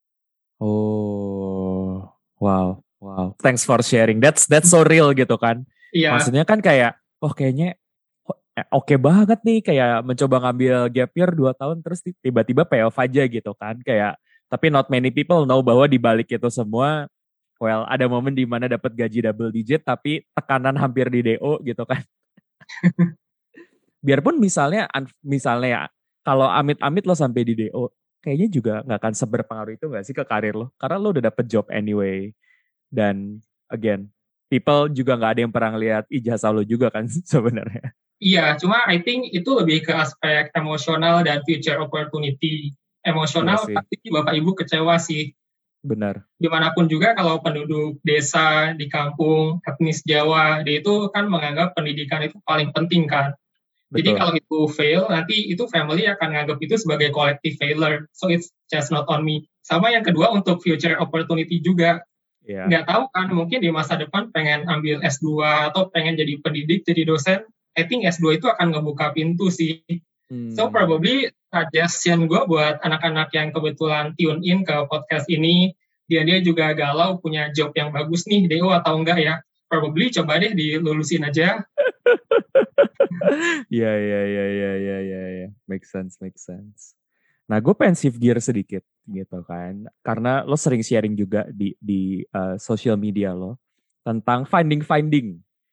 Oh, wow, wow. Thanks for sharing. That's that's so real gitu kan. Iya. Maksudnya kan kayak, oh kayaknya oh, eh, oke banget nih kayak mencoba ngambil gap year dua tahun terus tiba-tiba pay off aja gitu kan. Kayak tapi not many people know bahwa di balik itu semua, well ada momen di mana dapat gaji double digit tapi tekanan hampir di D O gitu kan. Biarpun misalnya misalnya ya kalau amit-amit lo sampai di D O, kayaknya juga nggak akan seberpengaruh itu nggak sih ke karir lo? Karena lo udah dapet job anyway. Dan again, people juga nggak ada yang pernah lihat ijazah lo juga kan sebenarnya. Iya, cuma I think itu lebih ke aspek emosional dan future opportunity. Emosional Iya pasti Bapak Ibu kecewa sih. Benar. Dimanapun juga kalau penduduk desa di kampung etnis Jawa, dia itu kan menganggap pendidikan itu paling penting kan. Jadi Betul. kalau itu fail, nanti itu family akan nganggap itu sebagai collective failure. So it's just not on me. Sama yang kedua untuk future opportunity juga. Yeah. Nggak tahu kan, mungkin di masa depan pengen ambil S dua atau pengen jadi pendidik, jadi dosen. I think S dua itu akan ngebuka pintu sih. Hmm. So probably suggestion gue buat anak-anak yang kebetulan tune in ke podcast ini, dia dia juga galau punya job yang bagus nih, D O atau enggak ya. Probably coba deh dilulusin aja. Iya, iya, iya, iya, iya, iya, ya. Make sense, make sense. Nah, gue pengen shift gear sedikit gitu kan. Karena lo sering sharing juga di di uh, social media lo tentang finding-finding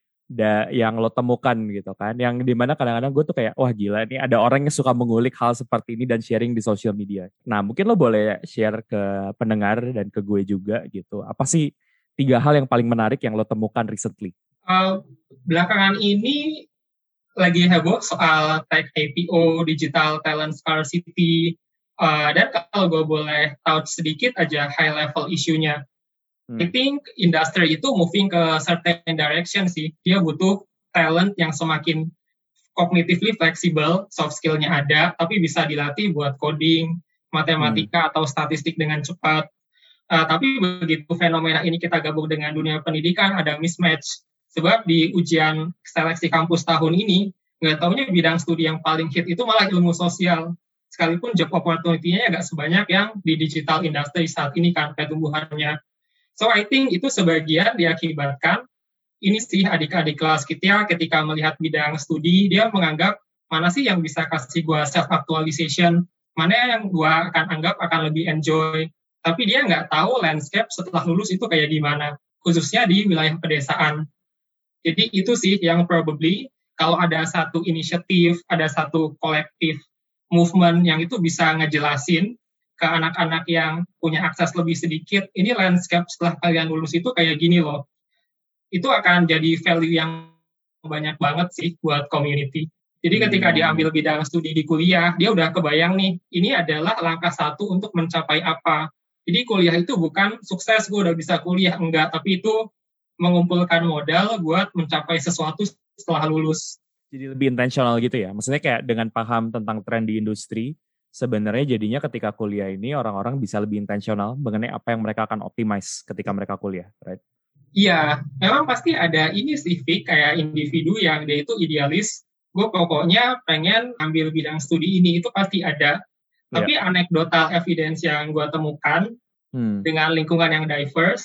da, yang lo temukan gitu kan. Yang dimana kadang-kadang gue tuh kayak, wah gila nih ada orang yang suka mengulik hal seperti ini dan sharing di social media. Nah, mungkin lo boleh share ke pendengar dan ke gue juga gitu. Apa sih tiga hal yang paling menarik yang lo temukan recently? Uh, belakangan ini lagi heboh soal tech A P O, digital talent scarcity, uh, dan kalau gue boleh tahu sedikit aja high level isunya. Hmm. I think industry itu moving ke certain direction sih. Dia butuh talent yang semakin cognitively flexible, soft skill-nya ada, tapi bisa dilatih buat coding, matematika, hmm. atau statistik dengan cepat. Uh, tapi begitu fenomena ini kita gabung dengan dunia pendidikan, ada mismatch. Sebab di ujian seleksi kampus tahun ini, nggak taunya bidang studi yang paling hit itu malah ilmu sosial. Sekalipun job opportunity-nya nggak sebanyak yang di digital industry saat ini kan pertumbuhannya. So I think itu sebagian diakibatkan, ini sih adik-adik kelas kita ketika melihat bidang studi, dia menganggap mana sih yang bisa kasih gue self-actualization, mana yang gue akan anggap akan lebih enjoy. Tapi dia nggak tahu landscape setelah lulus itu kayak gimana, khususnya di wilayah pedesaan. Jadi itu sih yang probably kalau ada satu inisiatif, ada satu kolektif movement yang itu bisa ngejelasin ke anak-anak yang punya akses lebih sedikit, ini landscape setelah kalian lulus itu kayak gini loh. Itu akan jadi value yang banyak banget sih buat community. Jadi ketika dia ambil bidang studi di kuliah, dia udah kebayang nih, ini adalah langkah satu untuk mencapai apa. Jadi kuliah itu bukan sukses, gue udah bisa kuliah, enggak, tapi itu mengumpulkan modal buat mencapai sesuatu setelah lulus. Jadi lebih intentional gitu ya. Maksudnya kayak dengan paham tentang tren di industri, sebenarnya jadinya ketika kuliah ini orang-orang bisa lebih intentional mengenai apa yang mereka akan optimize ketika mereka kuliah, right? Iya, memang pasti ada ini sih, Fik, kayak individu yang dia itu idealis, gue pokoknya pengen ambil bidang studi ini, itu pasti ada. Tapi yeah. anekdotal evidence yang gue temukan hmm. dengan lingkungan yang diverse,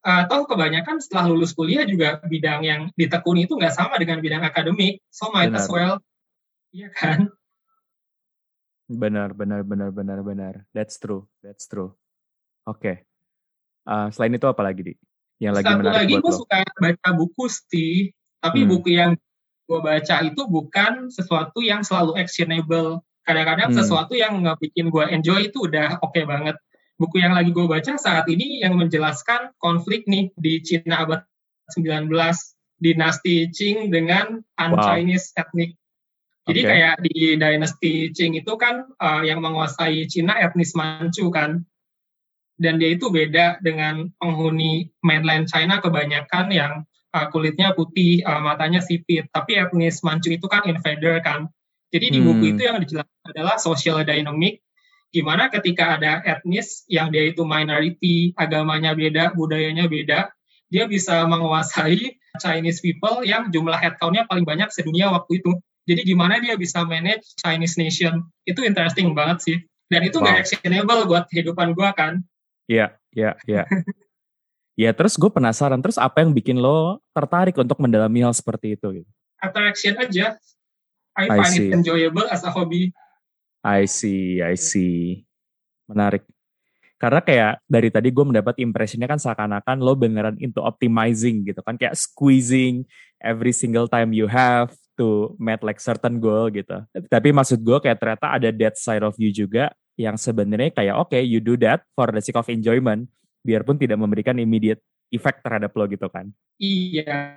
Atau kebanyakan setelah lulus kuliah juga bidang yang ditekuni itu nggak sama dengan bidang akademik, so might Benar. as well, iya kan? Benar, benar, benar, benar, benar. That's true, that's true. Oke. Okay. Uh, selain itu apa lagi, Di? Yang lagi Satu menarik lagi buat gue lo? suka baca buku sih, tapi Hmm. buku yang gue baca itu bukan sesuatu yang selalu actionable. Kadang-kadang Hmm. sesuatu yang nggak bikin gue enjoy itu udah oke okay banget. Buku yang lagi gue baca saat ini yang menjelaskan konflik nih di Cina abad sembilan belas, dinasti Qing dengan un-Chinese ethnic. Jadi Oke. kayak di dinasti Qing itu kan uh, yang menguasai Cina etnis Manchu kan. Dan dia itu beda dengan penghuni mainland China kebanyakan yang uh, kulitnya putih, uh, matanya sipit. Tapi etnis Manchu itu kan invader kan. Jadi di buku Hmm. itu yang dijelaskan adalah social dynamic, gimana ketika ada etnis yang dia itu minority, agamanya beda, budayanya beda, dia bisa menguasai Chinese people yang jumlah headcount-nya paling banyak sedunia waktu itu. Jadi gimana dia bisa manage Chinese nation, itu interesting banget sih. Dan itu nggak Wow. actionable buat kehidupan gue kan. Iya, iya, iya. Ya, terus gue penasaran, terus apa yang bikin lo tertarik untuk mendalami hal seperti itu? Attraction aja. I I find see. it enjoyable as a hobby. I see, I see. Menarik. Karena kayak dari tadi gue mendapat impressionnya kan seakan-akan lo beneran into optimizing gitu kan. Kayak squeezing every single time you have to meet like certain goal gitu. Tapi maksud gue kayak ternyata ada that side of you juga yang sebenarnya kayak oke, okay, you do that for the sake of enjoyment. Biarpun tidak memberikan immediate effect terhadap lo gitu kan. Iya.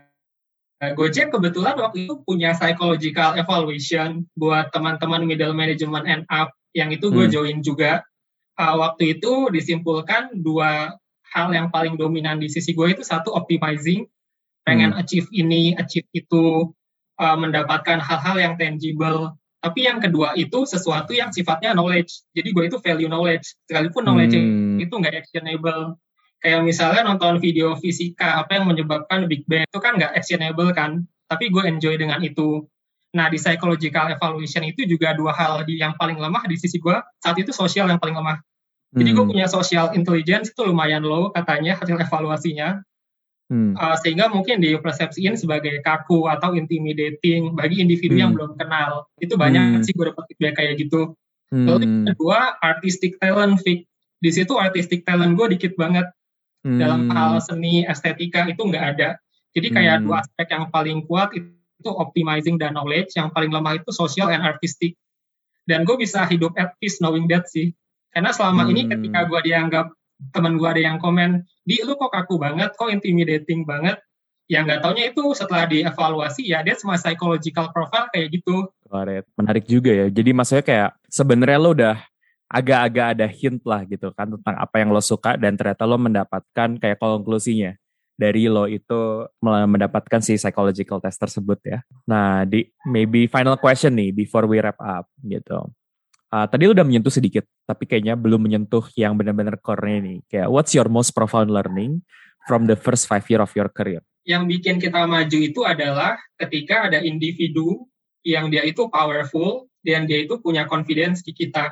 Gojek kebetulan waktu itu punya psychological evaluation buat teman-teman middle management and up, yang itu gue Hmm. join juga. Uh, waktu itu disimpulkan dua hal yang paling dominan di sisi gue itu, satu optimizing, pengen Hmm. achieve ini, achieve itu, uh, mendapatkan hal-hal yang tangible. Tapi yang kedua itu sesuatu yang sifatnya knowledge. Jadi gue itu value knowledge, sekalipun knowledge Hmm. itu nggak actionable. Kayak misalnya nonton video fisika, apa yang menyebabkan Big Bang, itu kan nggak actionable kan, tapi gue enjoy dengan itu. Nah, di psychological evaluation itu juga dua hal di yang paling lemah di sisi gue, saat itu sosial yang paling lemah. Jadi gue Hmm. punya social intelligence itu lumayan low katanya hasil evaluasinya, Hmm. uh, sehingga mungkin dipersepsiin sebagai kaku atau intimidating bagi individu Hmm. yang belum kenal. Itu banyak Hmm. sih gue dapat feedback kayak gitu. Hmm. Lalu yang kedua, artistic talent fit. Di situ artistic talent gue dikit banget. Hmm. Dalam hal seni, estetika itu nggak ada. Jadi kayak Hmm. dua aspek yang paling kuat itu optimizing dan knowledge, yang paling lemah itu social and artistic. Dan gue bisa hidup at peace knowing that sih. Karena selama Hmm. ini ketika gue dianggap, teman gue ada yang komen, di lu kok kaku banget, kok intimidating banget, ya nggak taunya itu setelah dievaluasi, ya that's my psychological profile kayak gitu. Menarik juga ya. Jadi maksudnya kayak sebenarnya lo udah agak-agak ada hint lah gitu kan tentang apa yang lo suka, dan ternyata lo mendapatkan kayak konklusinya dari lo itu mendapatkan si psychological test tersebut ya. Nah, di maybe final question nih before we wrap up gitu. Uh, tadi lo udah menyentuh sedikit, tapi kayaknya belum menyentuh yang benar-benar core-nya nih. Kayak what's your most profound learning from the first five year of your career? Yang bikin kita maju itu adalah ketika ada individu yang dia itu powerful dan dia itu punya confidence di kita.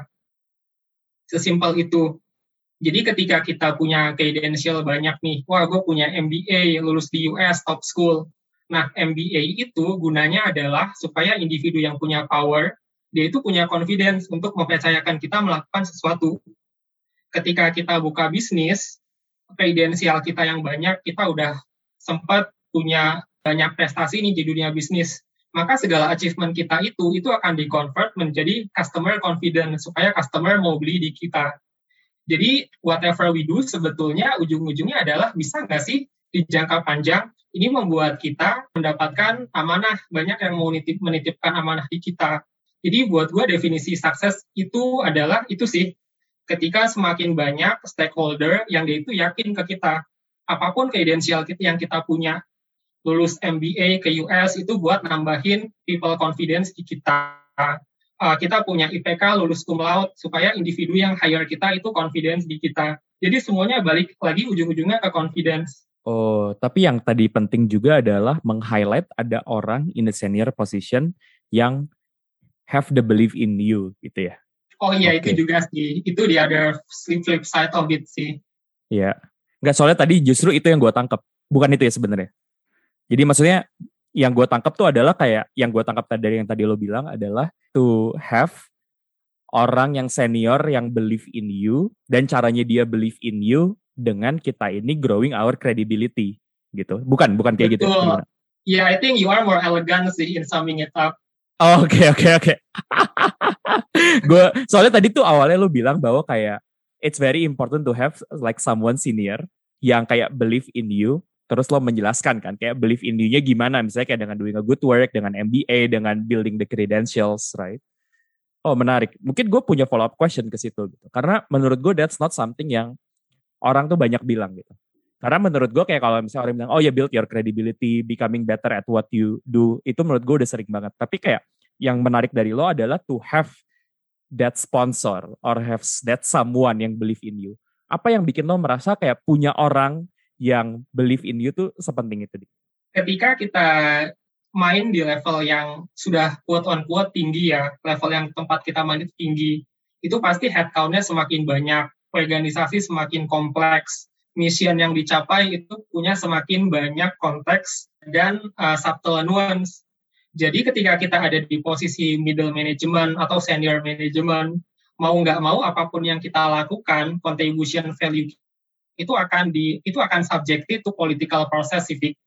Sesimpel itu. Jadi ketika kita punya credential banyak nih, wah gue punya M B A, lulus di U S, top school. Nah, M B A itu gunanya adalah supaya individu yang punya power, dia itu punya confidence untuk mempercayakan kita melakukan sesuatu. Ketika kita buka bisnis, credential kita yang banyak, kita udah sempat punya banyak prestasi nih di dunia bisnis. Maka segala achievement kita itu, itu akan di-convert menjadi customer confidence, supaya customer mau beli di kita. Jadi, whatever we do, sebetulnya ujung-ujungnya adalah bisa nggak sih di jangka panjang, ini membuat kita mendapatkan amanah, banyak yang mau menitip, menitipkan amanah di kita. Jadi, buat gue definisi sukses itu adalah, itu sih, ketika semakin banyak stakeholder yang dia itu yakin ke kita, apapun credential kita yang kita punya, lulus M B A ke U S itu buat nambahin people confidence di kita. Uh, kita punya I P K, lulus cum laude, supaya individu yang hire kita itu confidence di kita. Jadi semuanya balik lagi ujung-ujungnya ke confidence. Oh, tapi yang tadi penting juga adalah meng-highlight ada orang in the senior position yang have the belief in you gitu ya. Oh iya, okay. Itu juga sih. Itu the other flip side of it sih. Iya. Enggak, soalnya tadi justru itu yang gue tangkap. Bukan itu ya sebenarnya. Jadi maksudnya yang gue tangkap tuh adalah kayak, yang gue tangkap dari yang tadi lo bilang adalah to have orang yang senior yang believe in you, dan caranya dia believe in you dengan kita ini growing our credibility gitu. Bukan, bukan kayak Betul. gitu. Gimana? Yeah, I think you are more elegant sih in summing it up. Oke, oke, oke. Gue soalnya tadi tuh awalnya lo bilang bahwa kayak it's very important to have like someone senior yang kayak believe in you, terus lo menjelaskan kan kayak believe in you-nya gimana, misalnya kayak dengan doing a good work, dengan M B A, dengan building the credentials, right? Oh, menarik. Mungkin gue punya follow up question ke situ gitu. Karena menurut gue that's not something yang orang tuh banyak bilang gitu. Karena menurut gue kayak kalau misalnya orang bilang, oh ya build your credibility, becoming better at what you do, itu menurut gue udah sering banget. Tapi kayak yang menarik dari lo adalah to have that sponsor or have that someone yang believe in you. Apa yang bikin lo merasa kayak punya orang yang believe in you tuh sepenting itu? Ketika kita main di level yang sudah quote on quote tinggi ya, level yang tempat kita main itu tinggi, itu pasti headcount-nya semakin banyak, organisasi semakin kompleks, mission yang dicapai itu punya semakin banyak konteks dan uh, subtle nuance. Jadi ketika kita ada di posisi middle management atau senior management, mau nggak mau apapun yang kita lakukan, contribution value itu akan di itu akan subjected to political process civic.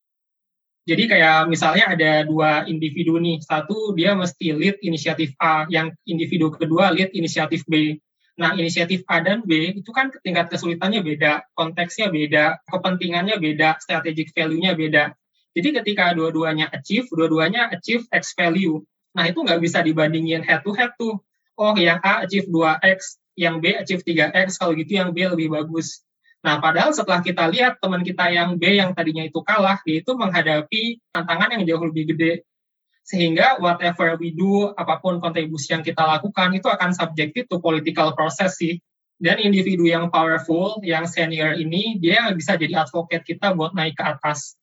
Jadi kayak misalnya ada dua individu nih, satu dia mesti lead inisiatif A, yang individu kedua lead inisiatif B. Nah, inisiatif A dan B itu kan tingkat kesulitannya beda, konteksnya beda, kepentingannya beda, strategic value-nya beda. Jadi ketika dua-duanya achieve, dua-duanya achieve X value. Nah, itu nggak bisa dibandingin head to head tuh. Oh, yang A achieve dua X, yang B achieve tiga X, kalau gitu yang B lebih bagus. Nah, padahal setelah kita lihat teman kita yang B yang tadinya itu kalah, dia itu menghadapi tantangan yang jauh lebih gede. Sehingga whatever we do, apapun kontribusi yang kita lakukan, itu akan subjected to political process sih. Dan individu yang powerful, yang senior ini, dia bisa jadi advocate kita buat naik ke atas.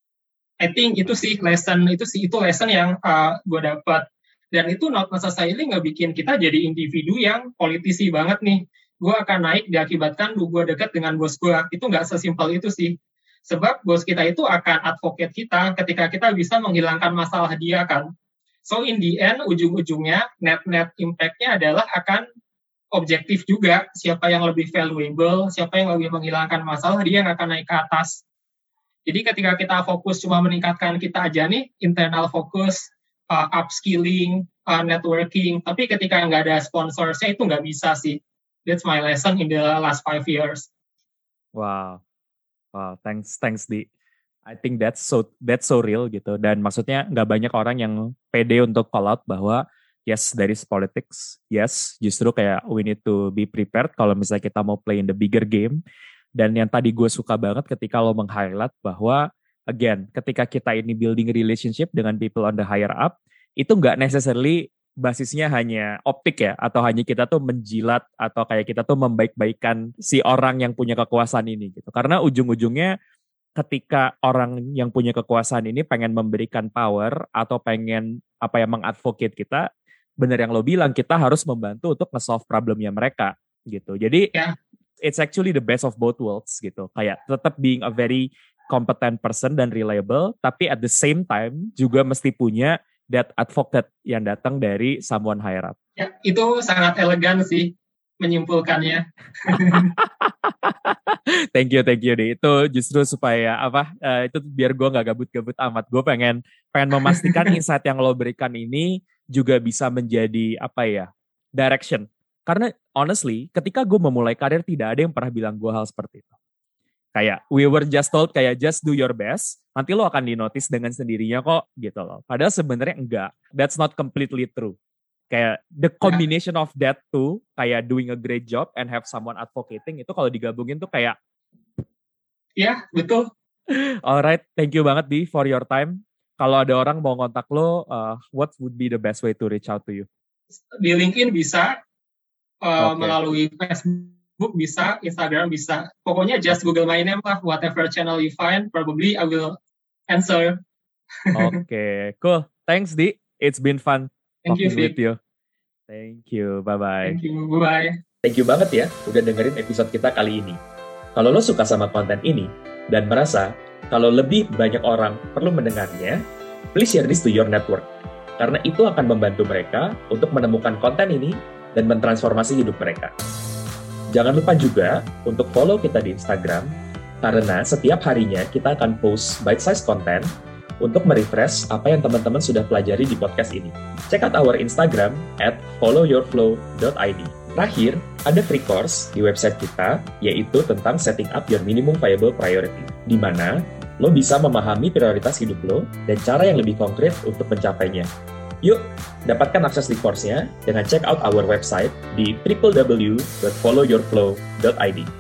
I think itu sih lesson, itu sih itu lesson yang uh, gue dapat. Dan itu not necessarily nggak bikin kita jadi individu yang politisi banget nih. Gue akan naik diakibatkan gue dekat dengan bos gue. Itu nggak sesimpel itu sih. Sebab bos kita itu akan advocate kita ketika kita bisa menghilangkan masalah dia kan. So in the end, ujung-ujungnya net-net impact-nya adalah akan objektif juga. Siapa yang lebih valuable, siapa yang lebih menghilangkan masalah, dia yang akan naik ke atas. Jadi ketika kita fokus cuma meningkatkan kita aja nih, internal fokus, uh, upskilling, uh, networking, tapi ketika nggak ada sponsorsnya itu nggak bisa sih. That's my lesson in the last five years. Wow, wow, thanks, thanks Di. I think that's so that's so real gitu. Dan maksudnya nggak banyak orang yang pede untuk call out bahwa yes, there is politics. Yes, justru kayak we need to be prepared kalau misalnya kita mau play in the bigger game. Dan yang tadi gue suka banget ketika lo meng-highlight bahwa again, ketika kita ini building relationship dengan people on the higher up, itu nggak necessarily basisnya hanya optik ya, atau hanya kita tuh menjilat atau kayak kita tuh membaik-baikan si orang yang punya kekuasaan ini gitu. Karena ujung-ujungnya ketika orang yang punya kekuasaan ini pengen memberikan power atau pengen apa ya mengadvocate kita, bener yang lo bilang, kita harus membantu untuk nge-solve problemnya mereka gitu. Jadi yeah. It's actually the best of both worlds gitu. Kayak tetap being a very competent person dan reliable, tapi at the same time juga mesti punya that advocate yang datang dari someone higher up. Ya, itu sangat elegan sih menyimpulkannya. Thank you, thank you deh. Itu justru supaya apa? Uh, itu biar gue nggak gabut-gabut amat. Gue pengen pengen memastikan insight yang lo berikan ini juga bisa menjadi apa ya? Direction. Karena honestly, ketika gue memulai karir tidak ada yang pernah bilang gue hal seperti itu. Kayak we were just told kayak just do your best, nanti lo akan dinotis dengan sendirinya kok gitu loh. Padahal sebenarnya enggak. That's not completely true. Kayak the combination yeah. of that two, kayak doing a great job and have someone advocating, itu kalau digabungin tuh kayak iya, yeah, betul. Alright, thank you banget Di for your time. Kalau ada orang mau kontak lo, uh, what would be the best way to reach out to you? Di LinkedIn bisa, uh, okay. melalui Facebook bisa, Instagram bisa. Pokoknya just Google my name lah, whatever channel you find, probably I will answer. Oke, okay, cool. Thanks Di, it's been fun. Thank you, with you. Thank you, bye-bye. Thank you, bye-bye. Thank you banget ya udah dengerin episode kita kali ini. Kalau lo suka sama konten ini dan merasa kalau lebih banyak orang perlu mendengarnya, please share this to your network. Karena itu akan membantu mereka untuk menemukan konten ini dan mentransformasi hidup mereka. Jangan lupa juga untuk follow kita di Instagram, karena setiap harinya kita akan post bite-sized content untuk merefresh apa yang teman-teman sudah pelajari di podcast ini. Check out our Instagram at follow your flow dot i d. Terakhir, ada free course di website kita, yaitu tentang setting up your minimum viable priority, di mana lo bisa memahami prioritas hidup lo dan cara yang lebih konkret untuk mencapainya. Yuk, dapatkan akses di course-nya dengan check out our website di w w w dot follow your flow dot i d.